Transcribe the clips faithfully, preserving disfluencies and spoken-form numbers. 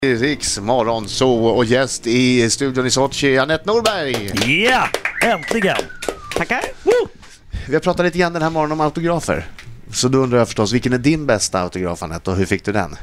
Riks morgon så och gäst i studion i Sochi, Anette Norberg. Ja, yeah, äntligen. Tackar. Woo! Vi har pratat lite grann den här morgonen om autografer. Så då undrar jag förstås, vilken är din bästa autograf, Anette, och hur fick du den?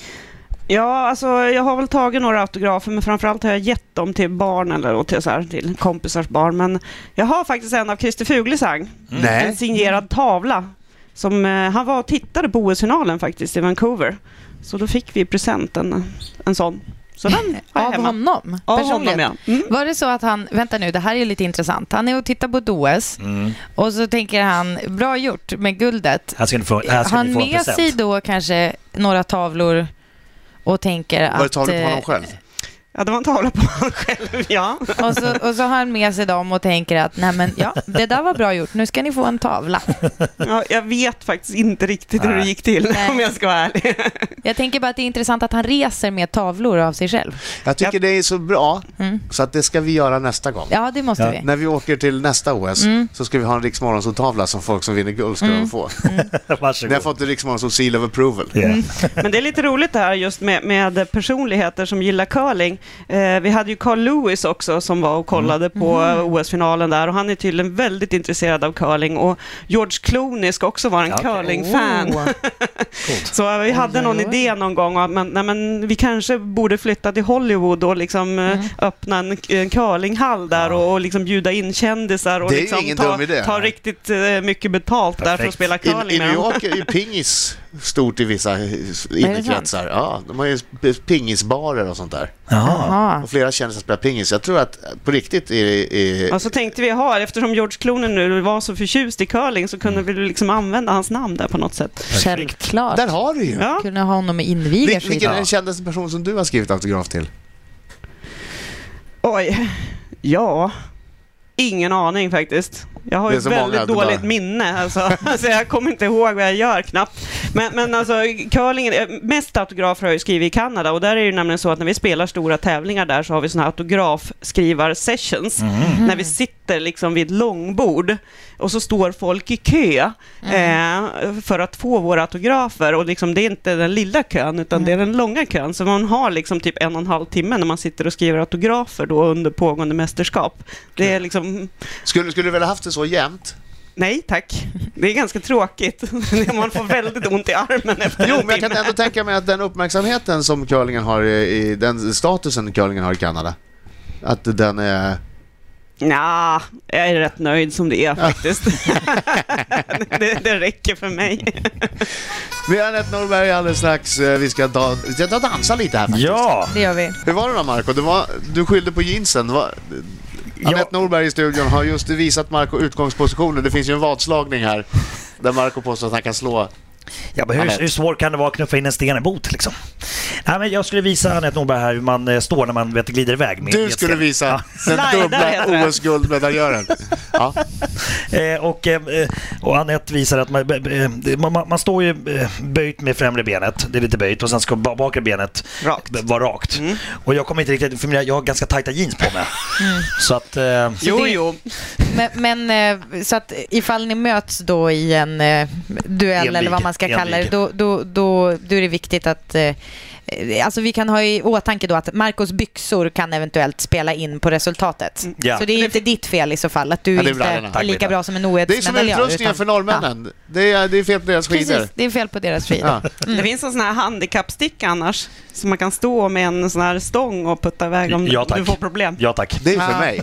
Ja, alltså jag har väl tagit några autografer, men framförallt har jag gett dem till barn eller till, så här, till kompisars barn. Men jag har faktiskt en av Christer Fuglesang, Mm. Nej. en signerad tavla. Som, eh, han var och tittade på O S-finalen faktiskt i Vancouver. Så då fick vi i present en, en sån. Så den har jag Av hemma. honom? Av personligen. honom, ja. Mm. Var det så att han, vänta nu, det här är lite intressant. Han är och tittar på ett O S Mm. och så tänker han, bra gjort med guldet. Här ska ni få, här ska han ni få en med present. sig då kanske några tavlor och tänker Var det att... tavlor på honom eh, själv? Ja, det var en tavla på honom själv, ja. Och så, och så har han med sig dem och tänker att nej men ja, det där var bra gjort, nu ska ni få en tavla. ja. Jag vet faktiskt inte riktigt hur det Nej. gick till, Nej. om jag ska vara ärlig. Jag tänker bara att det är intressant att han reser med tavlor av sig själv. Jag tycker det är så bra, Mm. så att det ska vi göra nästa gång. Ja, det måste Ja. vi. När vi åker till nästa O S Mm. så ska vi ha en riksmorgonsol-tavla som folk som vinner guld ska Mm. de få. Varsågod. Ni har fått en riksmorgonsol seal of approval. Yeah. Men det är lite roligt det här just med, med personligheter som gillar curling. Eh, vi hade ju Carl Lewis också som var och kollade på Mm. O S-finalen där, och han är tydligen väldigt intresserad av curling, och George Clooney ska också vara en Ja, okej. curling-fan. Oh. Så vi hade Oj, någon oj, oj. idé någon gång om att nej, men vi kanske borde flytta till Hollywood och liksom eh, Mm. öppna en, en curlinghall där och, och liksom bjuda in kändisar och Det är ju liksom ingen ta, dum idé. ta riktigt eh, mycket betalt där för att Perfekt. spela I, curling I med New dem. York är ju pingis stort i vissa innekretsar. Ja, de har ju pingisbarer och sånt där. Jaha. Aha. Och flera kändisar spelar pingis. Jag tror att på riktigt är... är Ja, så tänkte vi ha, eftersom George Clooney nu var så förtjust i curling, så kunde vi liksom använda hans namn där på något sätt. Självklart. där har du ju! Ja. Kunna ha honom med invigars. Vil- vilken är Ja. den kändaste person som du har skrivit autograf till? Oj, ja, ingen aning faktiskt. Jag har Det är ju så många, väldigt du bara- dåligt minne, alltså. alltså jag kommer inte ihåg vad jag gör knappt. Men, men alltså, curlingen, eh, mest autografer har jag ju skrivit i Kanada, och där är det nämligen så att när vi spelar stora tävlingar där så har vi såna här autografskrivar-sessions. Mm. När vi sitter liksom vid ett långbord och så står folk i kö eh, för att få våra autografer, och liksom det är inte den lilla kön utan det är den långa kön, så man har liksom typ en och en halv timme när man sitter och skriver autografer då under pågående mästerskap. Det är liksom, Skulle, skulle du väl ha haft det så jämnt? nej tack, det är ganska tråkigt. Man får väldigt ont i armen efter Jo, en men jag kan timme. ändå tänka mig att den uppmärksamheten som curlingen har i, i den statusen curlingen har i Kanada, att den är... Ja, jag är rätt nöjd som det är faktiskt. det, det räcker för mig. Vi har Anette Norberg alldeles strax. Vi ska ta, vi ska ta dansa lite här faktiskt. Ja. Det gör vi. Hur var det då, Marco? Det var, du skyllde på jeansen. Det var, Anette Norberg i studion har just visat Marco utgångspositionen. Det finns ju en vadslagning här där Marco påstår att han kan slå. Ja, men hur, hur svårt kan det vara att knuffa in en sten emot liksom? Nej, men jag skulle visa Anette Norberg här hur man eh, står när man vet, glider iväg med Du med skulle sten. visa Ja. den Slida dubbla heter det. O S-guldmedaljören. Ja. Eh, och, eh, och Anette visar att man, eh, man, man, man står ju eh, böjt med främre benet, det är lite böjt, och sen ska ba- bakre benet Rakt. b- vara rakt. Mm. Och jag kommer inte riktigt, för jag har ganska tajta jeans på mig. Så att... Eh, Jo, det- jo. Men, men eh, så att ifall ni möts då i en eh, duell Envig, eller vad man ska kalla det, envig. då, då, då, då är det viktigt att eh, alltså vi kan ha i åtanke då att Marcos byxor kan eventuellt spela in på resultatet. Ja. Så det är inte ditt fel i så fall att du Ja, det är inte brallorna. är Tack, lika Britta. bra som en Det är som O S-medaljör. utrustningen för norrmännen. Det, är, det är fel på deras Ja, skidor. precis, det är fel på deras skidor. Ja. Det finns en sån här handikappstick annars, så man kan stå med en sån här stång och putta iväg om Ja, tack. du får problem. ja, tack. Det är för Ja. mig.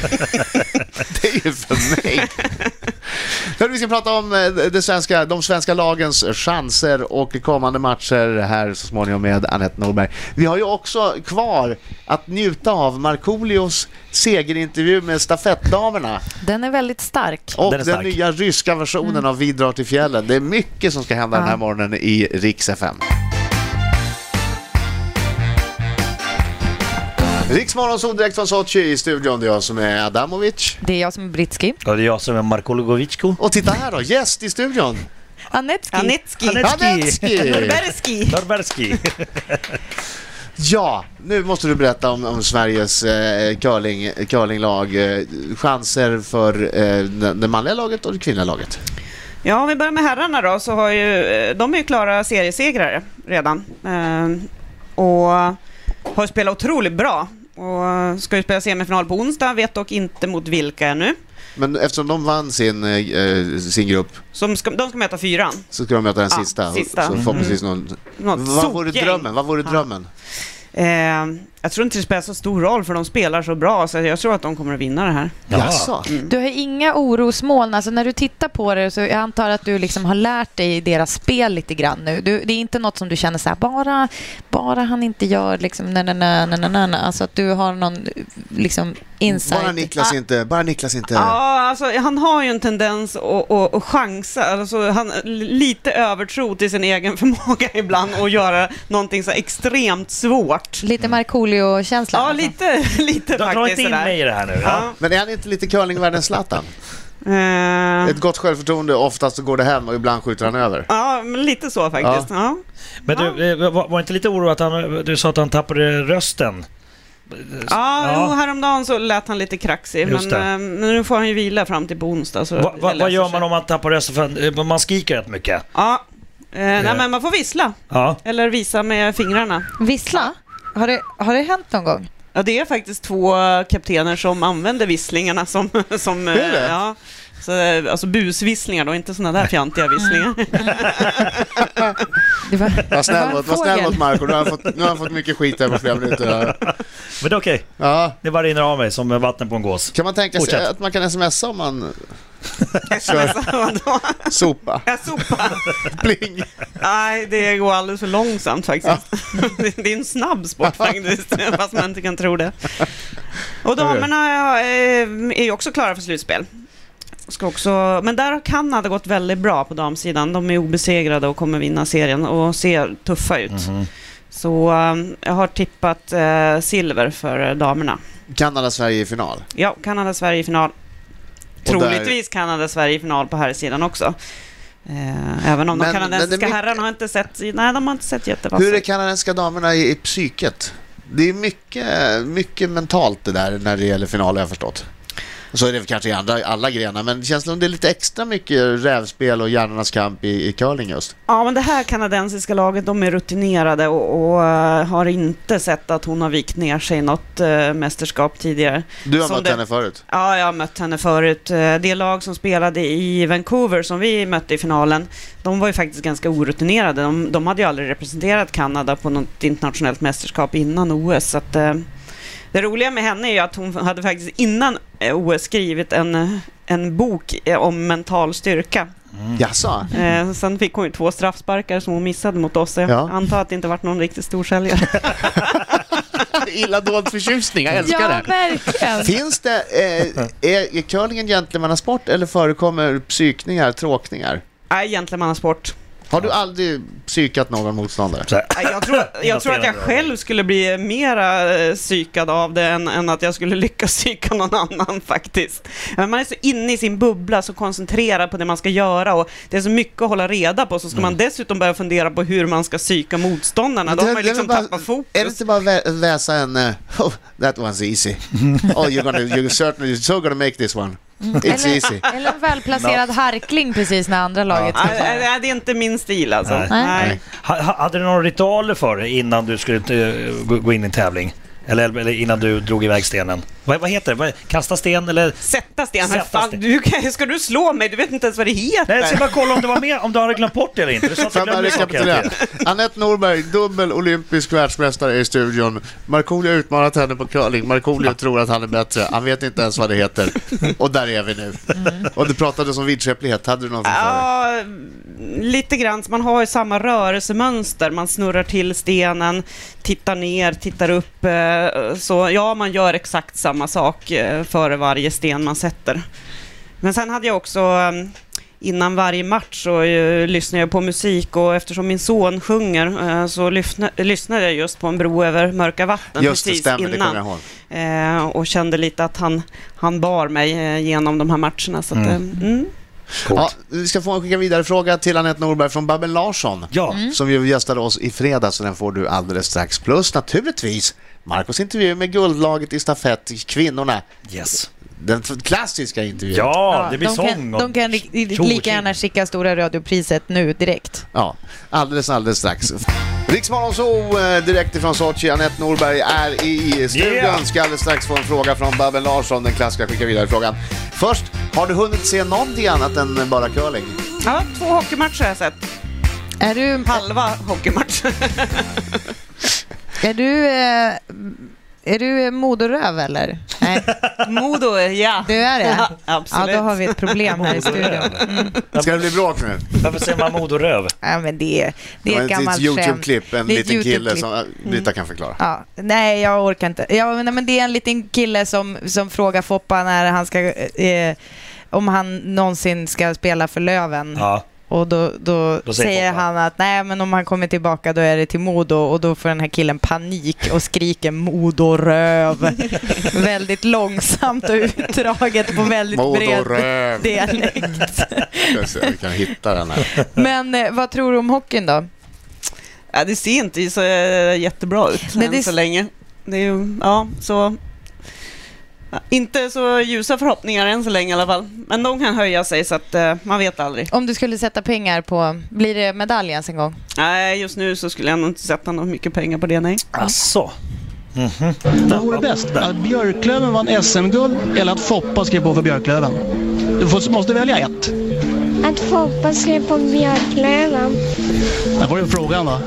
Det är ju för mig. Hörru, vi ska prata om eh, det svenska, de svenska lagens chanser och kommande matcher här så småningom med Anette Norberg. Vi har ju också kvar att njuta av Markoolios segerintervju med stafettdamerna Den är väldigt stark. och Den är den stark. nya ryska versionen av Vi drar till fjällen. Det är mycket som ska hända den här Ja. morgonen i Riks F M. Riksmorgon så direkt från Sochi i studion. Det är jag som är Adamovic. Det är jag som är Britski. Och det är jag som är Marko Lugovicko. Och titta här då, gäst i studion. Anetski. Anetski. Anetski. Anetski! Norberski. Norberski. Ja, nu måste du berätta om, om Sveriges eh, curling, curlinglag. Eh, chanser för eh, det manliga laget och det kvinnliga laget. Ja, om vi börjar med herrarna då, så har ju, de är ju klara seriesegrare redan. Eh, och har spelat otroligt bra och ska ju spela semifinal på onsdag, vet dock inte mot vilka ännu. Men eftersom de vann sin, eh, sin grupp Som ska, de ska möta fyran. så ska de möta den Ja, sista. sista. Så förhoppningsvis någon... Något Vad vore sotgäng. drömmen? Vad vore Ja. drömmen? Eh, jag tror inte det spelar så stor roll för de spelar så bra, så jag tror att de kommer att vinna det här. Jaha. Jaså? Du har inga orosmoln, alltså när du tittar på det så jag antar att du liksom har lärt dig deras spel lite grann nu. Du, det är inte något som du känner så här, bara, bara han inte gör liksom na, na, na, na, na, na. Alltså att du har någon liksom insight. Bara Niklas inte, bara Niklas inte. Ja, alltså, han har ju en tendens att, att, att chansa. Alltså, han lite övertro till sin egen förmåga ibland och göra någonting så extremt svårt. Lite Markoolio-känsla. Ja, alltså. lite, lite Dra faktiskt. inte in sådär. mig i det här nu. Ja. Ja. Men är han inte lite curlingvärldens Zlatan? Eh, Ett gott självförtroende, oftast så går det hem och ibland skjuter han över. ja, men lite så faktiskt. Ja. Men du, eh, var, var inte lite orolig att han, du sa att han tappade rösten? Ja, Jo, häromdagen så lät han lite kraxig, men, Just det. eh, men nu får han ju vila fram till på onsdag. Så Va, va, det vad löser gör sig. man om man tappar rösten? För, eh, man skriker rätt mycket. Ja, eh, nej, men man får vissla. Ja. Eller visa med fingrarna. Vissla? Har det, har det hänt någon gång? Ja, det är faktiskt två kaptener som använder visslingarna som... som Är det? Ja, så, eh, alltså busvisslingar då, inte såna där fjantiga visslingar. Det var, Var snäll det var mot, en var snäll fågel. mot Marco, nu har han fått, nu har han fått mycket skit här på flera minuter. Men det är okej. Ja. Det bara rinner av mig som vatten på en gås. Kan man tänka sig Fortsätt. att man kan smsa om man Vadå? sopa? Jag sopar. Pling! Nej, det går alldeles för långsamt faktiskt. Det är en snabb sport faktiskt, fast man inte kan tro det. Och damerna ja, är ju också klara för slutspel. Ska också, men där har Kanada gått väldigt bra på damsidan. De är obesegrade och kommer vinna serien och ser tuffa ut. Mhm. Så um, jag har tippat uh, silver för damerna. Kanada-Sverige i final. Ja, Kanada-Sverige i final. där- Troligtvis Kanada-Sverige i final på här sidan också. Eh, även om Men- de kanadensiska men det är mycket- herrarna har inte sett, nej, de har inte sett jättevassa. Hur är kanadensiska damerna i, i psyket? Det är mycket, mycket mentalt det där när det gäller final, har jag förstått. Så är det kanske i andra, alla grenar, men det känns som det är lite extra mycket rävspel och hjärnornas kamp i, i curling just. Ja, men det här kanadensiska laget, de är rutinerade och, och uh, har inte sett att hon har vikt ner sig i något uh, mästerskap tidigare. Du har Som mött det- henne förut. Ja, jag har mött henne förut. Uh, Det lag som spelade i Vancouver som vi mötte i finalen, de var ju faktiskt ganska orutinerade. De, de hade ju aldrig representerat Kanada på något internationellt mästerskap innan O S. Så att, uh, det roliga med henne är ju att hon hade faktiskt innan O S skrivit en, en bok eh, om mental styrka. Mm. Jaså? Eh, sen fick hon ju två straffsparkar som hon missade mot oss. Jag Ja. antar att det inte varit någon riktigt stor säljare. Illa dold förtjusning, jag älskar Ja, det. verkligen. Finns det, eh, är, är curling en gentlemannasport eller förekommer psykningar, tråkningar? Nej, gentlemannasport. Har du aldrig psykat någon motståndare? Så här. Nej, Jag tror, jag tror att jag själv skulle bli mera eh, psykad av det än, än att jag skulle lyckas psyka någon annan faktiskt. Men man är så inne i sin bubbla, så koncentrerad på det man ska göra och det är så mycket att hålla reda på, så ska man dessutom börja fundera på hur man ska psyka motståndarna. Då har man ju liksom bara, tappat fokus. är det inte bara vä- läsa en uh, oh, that one's easy. Oh, you're gonna, you're certainly, you're so gonna make this one. It's Eller, easy. eller en välplacerad harkling precis när andra laget ska Nej, nej, nej, det är inte min stil alltså. Nej. Nej. Ha, ha- hade du några ritualer för dig innan du skulle eh, gå, gå in i en tävling? Eller, eller innan du drog iväg stenen? Vad, vad heter det? Vad, kasta sten eller? Sätta sten, men Sätta fan, sten. du, kan- ska du slå mig? Du vet inte ens vad det heter. Nej, jag ska bara kolla om du var med, om du har glömt bort det eller inte. Du sa att Får du jag bara glömde saker hela rekapitulera? tiden. Anette Norberg, dubbel olympisk världsmästare i studion. Markoolio har utmanat henne på curling. Markoolio tror att han är bättre. Han vet inte ens vad det heter. Och där är vi nu. Och du pratade om vidskeplighet. Hade du någonting för dig? Ja, lite grann. Man har ju samma rörelsemönster. Man snurrar till stenen, tittar ner, tittar upp. eh, Så ja, man gör exakt samma sak eh, före varje sten man sätter. Men sen hade jag också, eh, innan varje match så eh, lyssnade jag på musik, och eftersom min son sjunger eh, så lyssna, lyssnade jag just på En bro över mörka vatten Just det, precis stämmer. Det kommer innan. jag ihåg. Eh, och kände lite att han, han bar mig eh, genom de här matcherna. Så att, eh, mm. Ja, Coolt. vi ska få en skicka vidare fråga till Anette Norberg från Babben Larsson. Ja, Som ju gästade oss i fredags, så den får du alldeles strax. Plus naturligtvis Marcos intervju med guldlaget i stafett, kvinnorna. yes. Den klassiska intervjun. Ja, det blir de sång. kan, och de kan li- tjo och lika tjing. gärna skicka Stora radiopriset nu direkt. Ja, alldeles, alldeles strax. Riksmorgon så direkt ifrån Sochi. Anette Norberg är i studion. Yeah. Ska alldeles strax få en fråga från Babben Larsson. Den klassiska skicka vidare frågan. Först, har du hunnit se någonting annat än bara curling? Ja, två hockeymatcher har jag sett. Är du... Halva hockeymatch. är du... Eh... Är du modoröv eller? Nej. Modo, ja. Du är det? Ja, absolut. Ja, då har vi ett problem här i studion. Mm. Ska det bli bråk nu? Varför säger man modoröv? Ja, men det, är, det är ett gammalt skämt. Det är ett YouTube-klipp, en liten YouTube kille som Britta kan förklara. Ja. Nej, jag orkar inte. Ja, men, men det är en liten kille som, som frågar Foppa när han ska... Eh, om han någonsin ska spela för Löven. Ja. Och då, då, då säger, säger han att nej, men om han kommer tillbaka då är det till Modo. Och då får den här killen panik och skriker Modoröv. Väldigt långsamt och utdraget på väldigt Modoröv. bred dialekt. Vi kan hitta den här. Men eh, vad tror du om hockeyn då? Ja, det ser inte så jättebra ut än det... så länge. Det är ju, ja, så... Inte så ljusa förhoppningar än så länge i alla fall. Men de kan höja sig så att uh, man vet aldrig. Om du skulle sätta pengar på... Blir det medaljen en gång? Nej, just nu så skulle jag nog inte sätta något mycket pengar på det, nej. Asså. Mm-hmm. Vad vore bäst? Att Björklöven vann S M-guld eller att Foppa skrev på för Björklöven? Du får, måste välja ett. Att Foppa skrev på Björklöven. Där var det frågan då.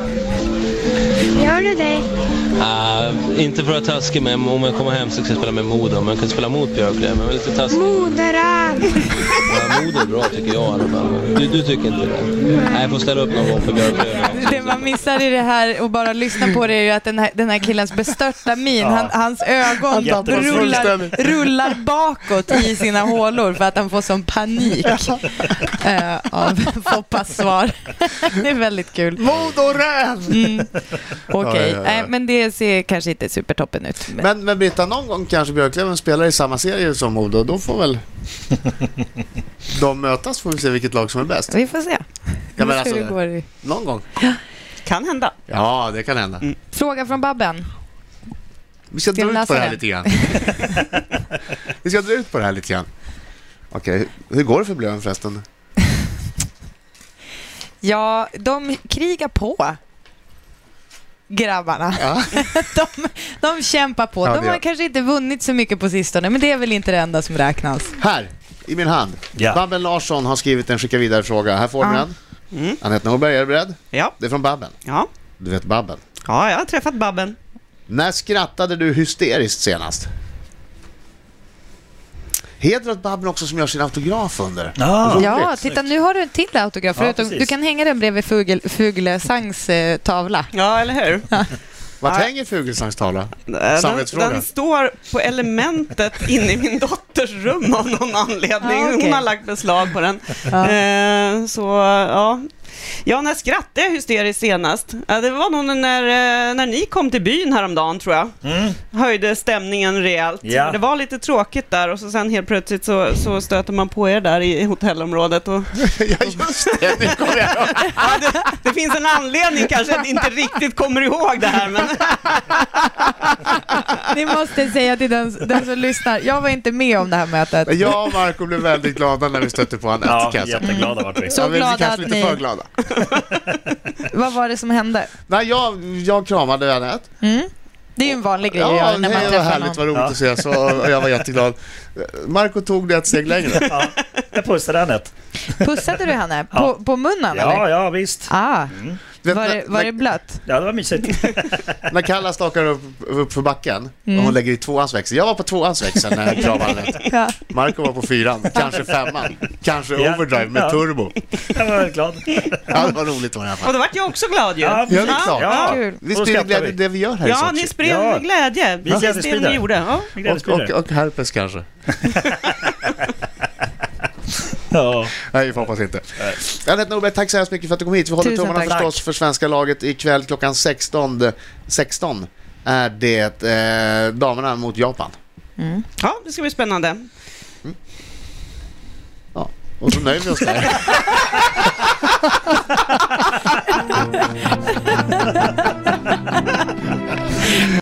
Gör du det? Uh, inte för att taska med om jag kommer hem så ska jag spela med Modo, men jag kan spela mot Björklöven, men lite taskig. Moderad! Ja, Modo är bra tycker jag i alla fall. Du, du tycker inte det? Nej, jag får ställa upp någon gång för Björklöven. Det man missar i det här och bara lyssna på det är ju att den här, den här killens bestörta min, ja. han, hans ögon rullar, rullar bakåt i sina hålor för att han får sån panik uh, av Foppas svar. Det är väldigt kul. Modoröv! Mm. Okej, okay. ja, ja, ja. äh, men det ser kanske inte supertoppen ut. Men, men, men Britta, någon gång kanske Björklöven spelar i samma serie som Modo. Då får väl de mötas, får vi se vilket lag som är bäst. Vi får se. Ja, men alltså, i... Någon gång. Kan hända. Ja, det kan hända. Mm. Fråga från Babben. Vi ska, ska dra ut på det här lite grann. Vi ska dra ut på det här lite grann. Okej, okay. Hur går det för Blöven förresten? Ja, de krigar på. Grabbarna. Ja. de, de kämpar på. Ja, de har kanske inte vunnit så mycket på sistone, men det är väl inte det enda som räknas. Här, i min hand. Ja. Babben Larsson har skrivit en skicka vidare fråga. Här får du den. Mm. Anette Norberg, är du beredd? Ja. Det är från Babben. Ja. Du vet Babben? Ja, jag har träffat Babben. När skrattade du hysteriskt senast? Hedrar åt Babben också som gör sin autograf under. Ah, ja, titta, nu har du en till autograf. Ja, du kan hänga den bredvid Fugel, Fugelsangs eh, tavla. Ja, eller hur? Vad hänger Fugelsangs tavla? Den, den står på elementet inne i min dotters rum av någon anledning. Ah, okay. Hon har lagt beslag på den. Ah. Eh, så, ja... Ja, när skrattade jag hysteriskt senast? Ja, det var nog när, när ni kom till byn häromdagen, tror jag. Mm. Höjde stämningen rejält. Ja. Det var lite tråkigt där och så sen helt plötsligt så, så stöter man på er där i hotellområdet. Och, ja, just det. Det, ja, det, det finns en anledning kanske att ni inte riktigt kommer ihåg det här. Men... Ni måste säga till den, den som lyssnar, jag var inte med om det här mötet. Jag och Marco blev väldigt glada när vi stötte på honom. Ja, jätteglada var vi. Så ja, glada vi att lite ni... för glada. Vad var det som hände? Nej, jag, jag kramade Anette. Mm. Det är ju en vanlig grej ja, att göra när man träffar någon. Ja, det var härligt, var roligt ja. att se så, och jag var jätteglad. Marco tog det ett steg längre. Ja, jag pussade Anette. Pussade du henne? På, ja. på munnen, ja, eller? Ja, visst. Ah. Mm. Var, det, var det blött? Ja, det var mysigt. När Kalla stakar upp, upp för backen mm. och hon lägger i tvåans växel. Jag var på tvåans växel när jag kramade Anette. Ja. Marco var på fyran, kanske femman. Kanske ja. overdrive med ja. turbo. Jag var väldigt glad. Ja, det var roligt var det i alla fall. Och då var jag också glad ju. Ja, ja det är klart. Ja. Ja. Vi sprider glädje det vi gör här ja, i Sochi. Ja, ni sprider ja. glädje. Vi Precis det ni gjorde. Ja. Och, och, och herpes kanske. Ja. Nej, vi får hoppas inte. Anette Norberg, tack så hemskt mycket för att du kom hit. Vi håller Tusen tummarna tack. förstås för svenska laget. Ikväll klockan sexton, sexton är det eh, damerna mot Japan. Mm. Ja, det ska bli spännande. Mm. Ja, och så nöjer vi oss där.